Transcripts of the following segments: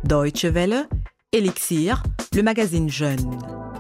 Deutsche Welle, Elixir, le magazine Jeune.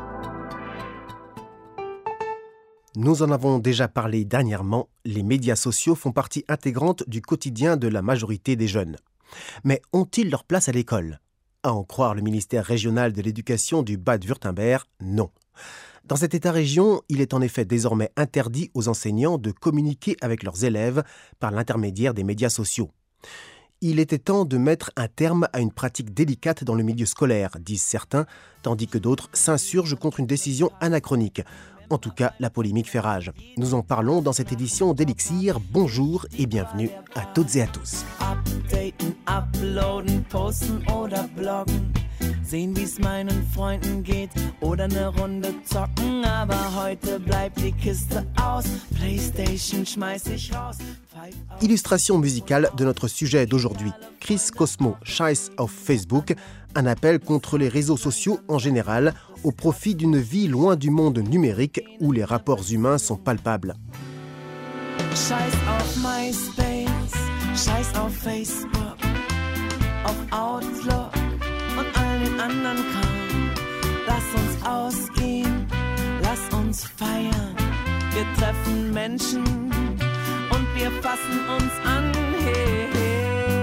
Nous en avons déjà parlé dernièrement, les médias sociaux font partie intégrante du quotidien de la majorité des jeunes. Mais ont-ils leur place à l'école ? À en croire le ministère régional de l'éducation du Bade-Wurtemberg, non. Dans cet État-région, il est en effet désormais interdit aux enseignants de communiquer avec leurs élèves par l'intermédiaire des médias sociaux. Il était temps de mettre un terme à une pratique délicate dans le milieu scolaire, disent certains, tandis que d'autres s'insurgent contre une décision anachronique. En tout cas, la polémique fait rage. Nous en parlons dans cette édition d'Elixir. Bonjour et bienvenue à toutes et à tous. Updaten, uploaden, posten oder bloggen. Sehen, wie's meinen Freunden geht oder eine Runde zocken. Aber heute bleibt die Kiste aus. PlayStation schmeiß ich raus. Illustration musicale de notre sujet d'aujourd'hui. Chris Cosmo, Scheiß auf Facebook, un appel contre les réseaux sociaux en général, au profit d'une vie loin du monde numérique où les rapports humains sont palpables. Scheiß auf MySpace, Scheiß auf Facebook, auf Outlook und all den anderen Kram. Lass uns ausgehen, lass uns feiern. Wir treffen Menschen und wir fassen uns an. Hey, hey.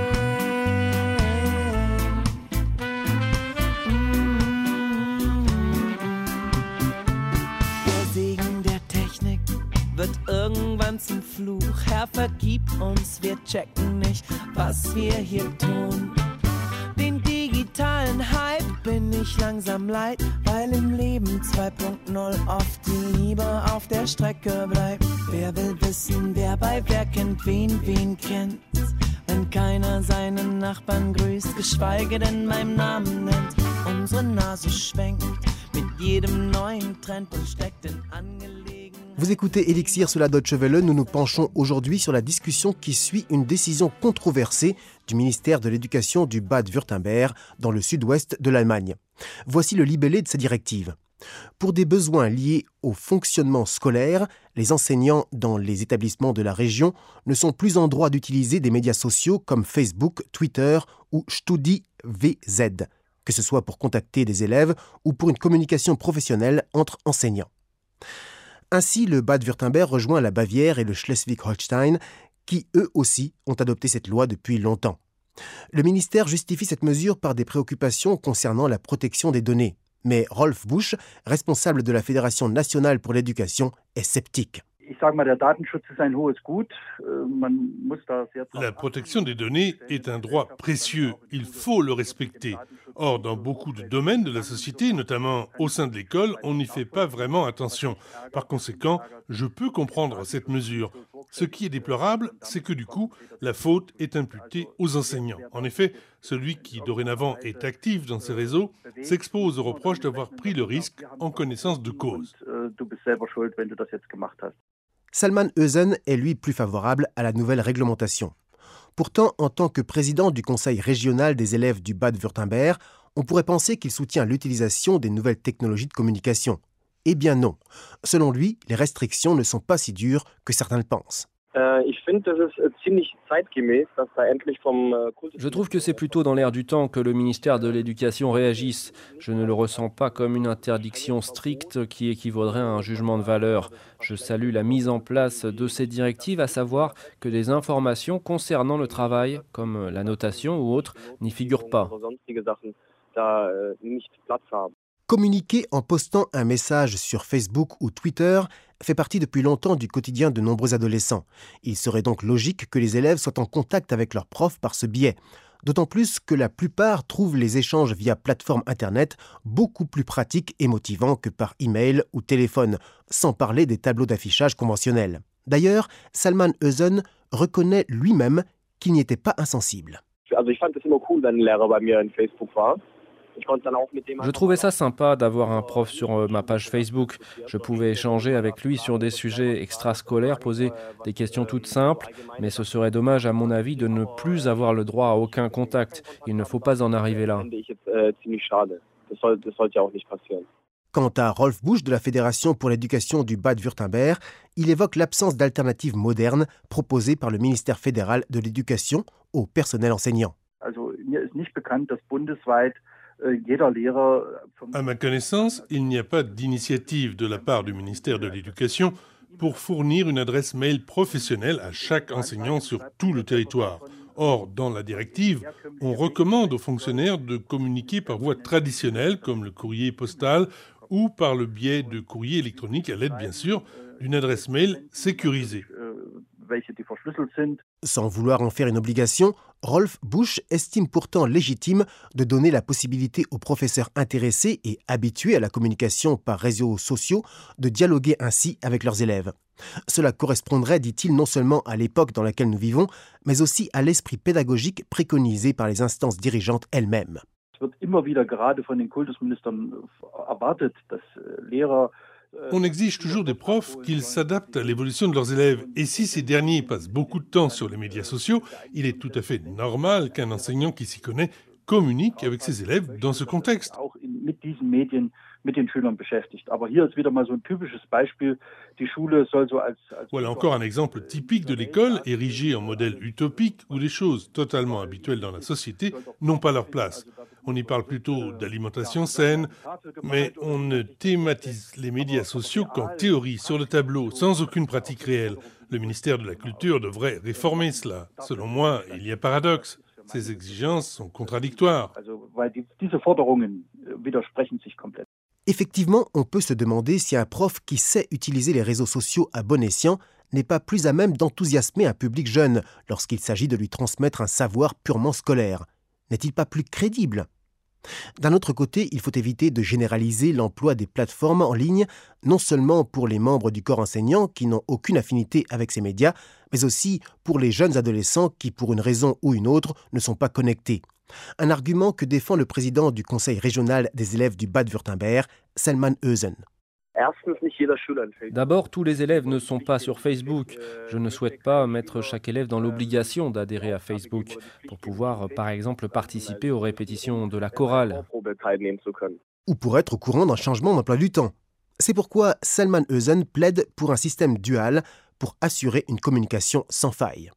Der Segen der Technik wird irgendwann zum Fluch. Herr, vergib uns, wir checken nicht, was wir hier tun. Den digitalen Hype bin ich langsam leid, weil im Leben 2.0 oft die Liebe auf der Strecke bleibt. Wer will wissen, wer bei wer kennt, wen kennt's? Wenn keiner seinen Nachbarn grüßt, geschweige denn beim Namen nennt. Unsere Nase schwenkt mit jedem neuen Trend und steckt in Angelegenheiten. Vous écoutez Elixir sur la Deutsche Welle. Nous nous penchons aujourd'hui sur la discussion qui suit une décision controversée du ministère de l'Éducation du Bade-Wurtemberg dans le sud-ouest de l'Allemagne. Voici le libellé de sa directive. Pour des besoins liés au fonctionnement scolaire, les enseignants dans les établissements de la région ne sont plus en droit d'utiliser des médias sociaux comme Facebook, Twitter ou StudiVZ, que ce soit pour contacter des élèves ou pour une communication professionnelle entre enseignants. Ainsi, le Bade-Wurtemberg rejoint la Bavière et le Schleswig-Holstein, qui eux aussi ont adopté cette loi depuis longtemps. Le ministère justifie cette mesure par des préoccupations concernant la protection des données. Mais Rolf Busch, responsable de la Fédération nationale pour l'éducation, est sceptique. La protection des données est un droit précieux. Il faut le respecter. Or, dans beaucoup de domaines de la société, notamment au sein de l'école, on n'y fait pas vraiment attention. Par conséquent, je peux comprendre cette mesure. Ce qui est déplorable, c'est que du coup, la faute est imputée aux enseignants. En effet, celui qui dorénavant est actif dans ces réseaux s'expose au reproche d'avoir pris le risque en connaissance de cause. Salman Özen est lui plus favorable à la nouvelle réglementation. Pourtant, en tant que président du conseil régional des élèves du Bade-Wurtemberg, on pourrait penser qu'il soutient l'utilisation des nouvelles technologies de communication. Eh bien non. Selon lui, les restrictions ne sont pas si dures que certains le pensent. Je trouve que c'est plutôt dans l'air du temps que le ministère de l'Éducation réagisse. Je ne le ressens pas comme une interdiction stricte qui équivaudrait à un jugement de valeur. Je salue la mise en place de ces directives, à savoir que des informations concernant le travail, comme la notation ou autres, n'y figurent pas. Communiquer en postant un message sur Facebook ou Twitter fait partie depuis longtemps du quotidien de nombreux adolescents. Il serait donc logique que les élèves soient en contact avec leurs profs par ce biais. D'autant plus que la plupart trouvent les échanges via plateforme Internet beaucoup plus pratiques et motivants que par email ou téléphone, sans parler des tableaux d'affichage conventionnels. D'ailleurs, Salman Özen reconnaît lui-même qu'il n'y était pas insensible. Je trouvais ça sympa d'avoir un prof sur ma page Facebook. Je pouvais échanger avec lui sur des sujets extrascolaires, poser des questions toutes simples, mais ce serait dommage à mon avis de ne plus avoir le droit à aucun contact. Il ne faut pas en arriver là. Quant à Rolf Busch de la Fédération pour l'éducation du Bade-Wurtemberg, il évoque l'absence d'alternatives modernes proposées par le ministère fédéral de l'éducation au personnel enseignant. À ma connaissance, il n'y a pas d'initiative de la part du ministère de l'Éducation pour fournir une adresse mail professionnelle à chaque enseignant sur tout le territoire. Or, dans la directive, on recommande aux fonctionnaires de communiquer par voie traditionnelle, comme le courrier postal, ou par le biais de courrier électronique, à l'aide, bien sûr, d'une adresse mail sécurisée. Sans vouloir en faire une obligation, Rolf Busch estime pourtant légitime de donner la possibilité aux professeurs intéressés et habitués à la communication par réseaux sociaux de dialoguer ainsi avec leurs élèves. Cela correspondrait, dit-il, non seulement à l'époque dans laquelle nous vivons, mais aussi à l'esprit pédagogique préconisé par les instances dirigeantes elles-mêmes. On exige toujours des profs qu'ils s'adaptent à l'évolution de leurs élèves. Et si ces derniers passent beaucoup de temps sur les médias sociaux, il est tout à fait normal qu'un enseignant qui s'y connaît communique avec ses élèves dans ce contexte. Voilà encore un exemple typique de l'école, érigée en modèle utopique, où les choses totalement habituelles dans la société n'ont pas leur place. On y parle plutôt d'alimentation saine, mais on ne thématise les médias sociaux qu'en théorie, sur le tableau, sans aucune pratique réelle. Le ministère de la Culture devrait réformer cela. Selon moi, il y a paradoxe. Ces exigences sont contradictoires. Effectivement, on peut se demander si un prof qui sait utiliser les réseaux sociaux à bon escient n'est pas plus à même d'enthousiasmer un public jeune lorsqu'il s'agit de lui transmettre un savoir purement scolaire. N'est-il pas plus crédible ? D'un autre côté, il faut éviter de généraliser l'emploi des plateformes en ligne, non seulement pour les membres du corps enseignant qui n'ont aucune affinité avec ces médias, mais aussi pour les jeunes adolescents qui, pour une raison ou une autre, ne sont pas connectés. Un argument que défend le président du conseil régional des élèves du Bade-Württemberg, Selman Özen. D'abord, tous les élèves ne sont pas sur Facebook. Je ne souhaite pas mettre chaque élève dans l'obligation d'adhérer à Facebook pour pouvoir, par exemple, participer aux répétitions de la chorale. Ou pour être au courant d'un changement d'emploi du temps. C'est pourquoi Selman Özen plaide pour un système dual pour assurer une communication sans faille.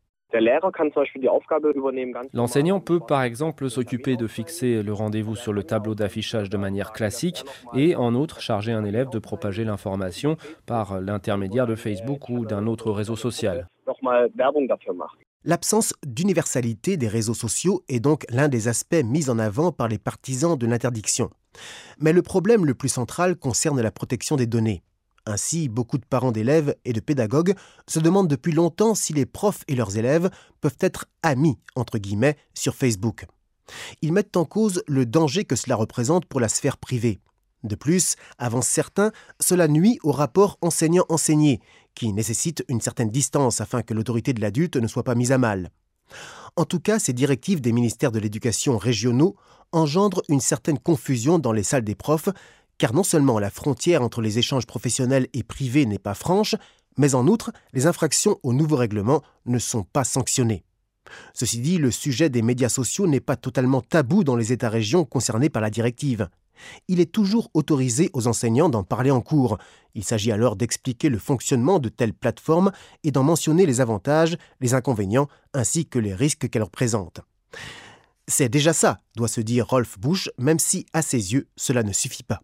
L'enseignant peut par exemple s'occuper de fixer le rendez-vous sur le tableau d'affichage de manière classique et en outre charger un élève de propager l'information par l'intermédiaire de Facebook ou d'un autre réseau social. L'absence d'universalité des réseaux sociaux est donc l'un des aspects mis en avant par les partisans de l'interdiction. Mais le problème le plus central concerne la protection des données. Ainsi, beaucoup de parents d'élèves et de pédagogues se demandent depuis longtemps si les profs et leurs élèves peuvent être « amis » entre guillemets sur Facebook. Ils mettent en cause le danger que cela représente pour la sphère privée. De plus, avancent certains, cela nuit au rapport enseignant-enseigné, qui nécessite une certaine distance afin que l'autorité de l'adulte ne soit pas mise à mal. En tout cas, ces directives des ministères de l'éducation régionaux engendrent une certaine confusion dans les salles des profs, car non seulement la frontière entre les échanges professionnels et privés n'est pas franche, mais en outre, les infractions au nouveau règlement ne sont pas sanctionnées. Ceci dit, le sujet des médias sociaux n'est pas totalement tabou dans les États-régions concernés par la directive. Il est toujours autorisé aux enseignants d'en parler en cours. Il s'agit alors d'expliquer le fonctionnement de telles plateformes et d'en mentionner les avantages, les inconvénients, ainsi que les risques qu'elles représentent. C'est déjà ça, doit se dire Rolf Busch, même si, à ses yeux, cela ne suffit pas.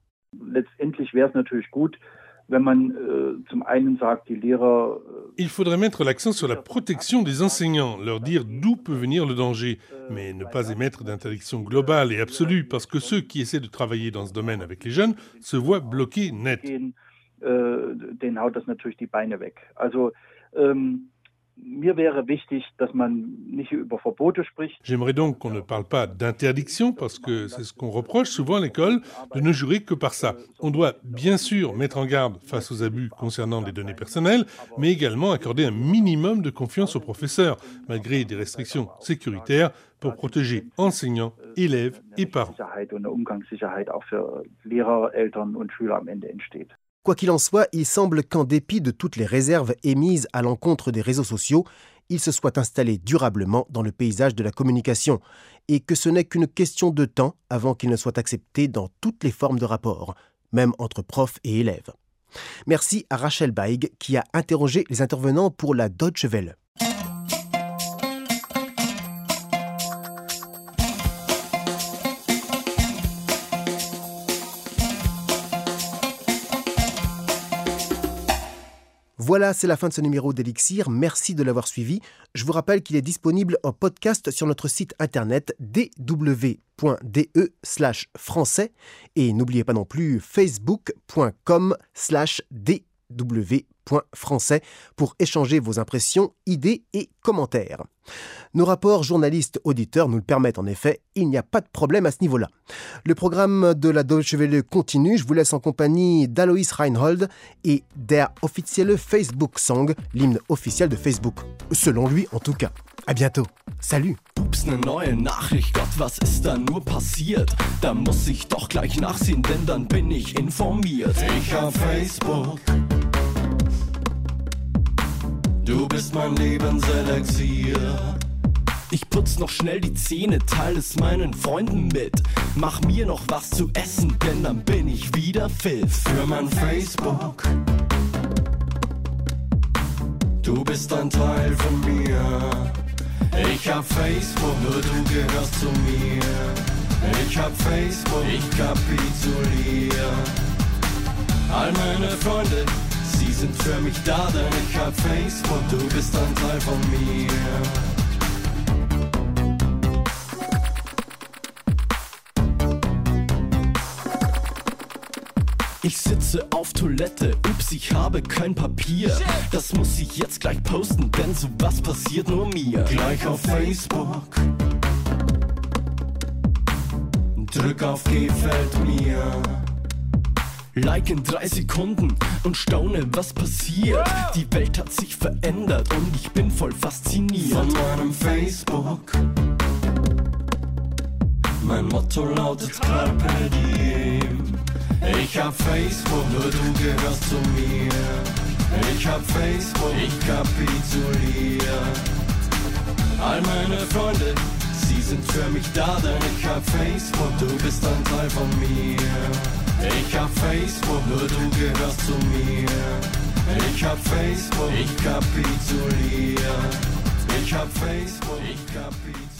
Il faudrait mettre l'accent sur la protection des enseignants, leur dire d'où peut venir le danger, mais ne pas émettre d'interdiction globale et absolue, parce que ceux qui essaient de travailler dans ce domaine avec les jeunes se voient bloqués net. J'aimerais donc qu'on ne parle pas d'interdiction, parce que c'est ce qu'on reproche souvent à l'école, de ne jurer que par ça. On doit bien sûr mettre en garde face aux abus concernant les données personnelles, mais également accorder un minimum de confiance aux professeurs, malgré des restrictions sécuritaires, pour protéger enseignants, élèves et parents. Quoi qu'il en soit, il semble qu'en dépit de toutes les réserves émises à l'encontre des réseaux sociaux, ils se soient installés durablement dans le paysage de la communication et que ce n'est qu'une question de temps avant qu'ils ne soient acceptés dans toutes les formes de rapports, même entre profs et élèves. Merci à Rachel Baig qui a interrogé les intervenants pour la Deutsche Welle. Voilà, c'est la fin de ce numéro d'Elixir. Merci de l'avoir suivi. Je vous rappelle qu'il est disponible en podcast sur notre site internet dw.de/français et n'oubliez pas non plus facebook.com/dw.français pour échanger vos impressions, idées et commentaires. Nos rapports journalistes-auditeurs nous le permettent en effet, il n'y a pas de problème à ce niveau-là. Le programme de la Deutsche Welle continue, je vous laisse en compagnie d'Alois Reinhold et Der offizielle Facebook-Song, l'hymne officiel de Facebook. Selon lui en tout cas. À bientôt. Salut. Ups, ne neue Nachricht, Gott, was ist da nur passiert? Da muss ich doch gleich nachsehen, denn dann bin ich informiert. Ich hab Facebook. Du bist mein Lebenselixier. Ich putz noch schnell die Zähne, teile es meinen Freunden mit. Mach mir noch was zu essen, denn dann bin ich wieder fit. Für mein Facebook. Du bist ein Teil von mir. Ich hab Facebook, nur du gehörst zu mir. Ich hab Facebook, ich kapitulier. All meine Freunde, sie sind für mich da, denn ich hab Facebook, du bist ein Teil von mir. Ich sitze auf Toilette, ups, ich habe kein Papier. Das muss ich jetzt gleich posten, denn sowas passiert nur mir. Gleich auf Facebook. Drück auf gefällt mir. Like in 3 Sekunden und staune, was passiert. Die Welt hat sich verändert und ich bin voll fasziniert von meinem Facebook. Mein Motto lautet Carpe Diem. Ich hab Facebook, nur du gehörst zu mir. Ich hab Facebook, ich kapitulier. All meine Freunde, sie sind für mich da, denn ich hab Facebook, du bist ein Teil von mir. Ich hab Facebook, nur du gehörst zu mir. Ich hab Facebook, ich kapitulier. Ich hab Facebook, ich kapitulier.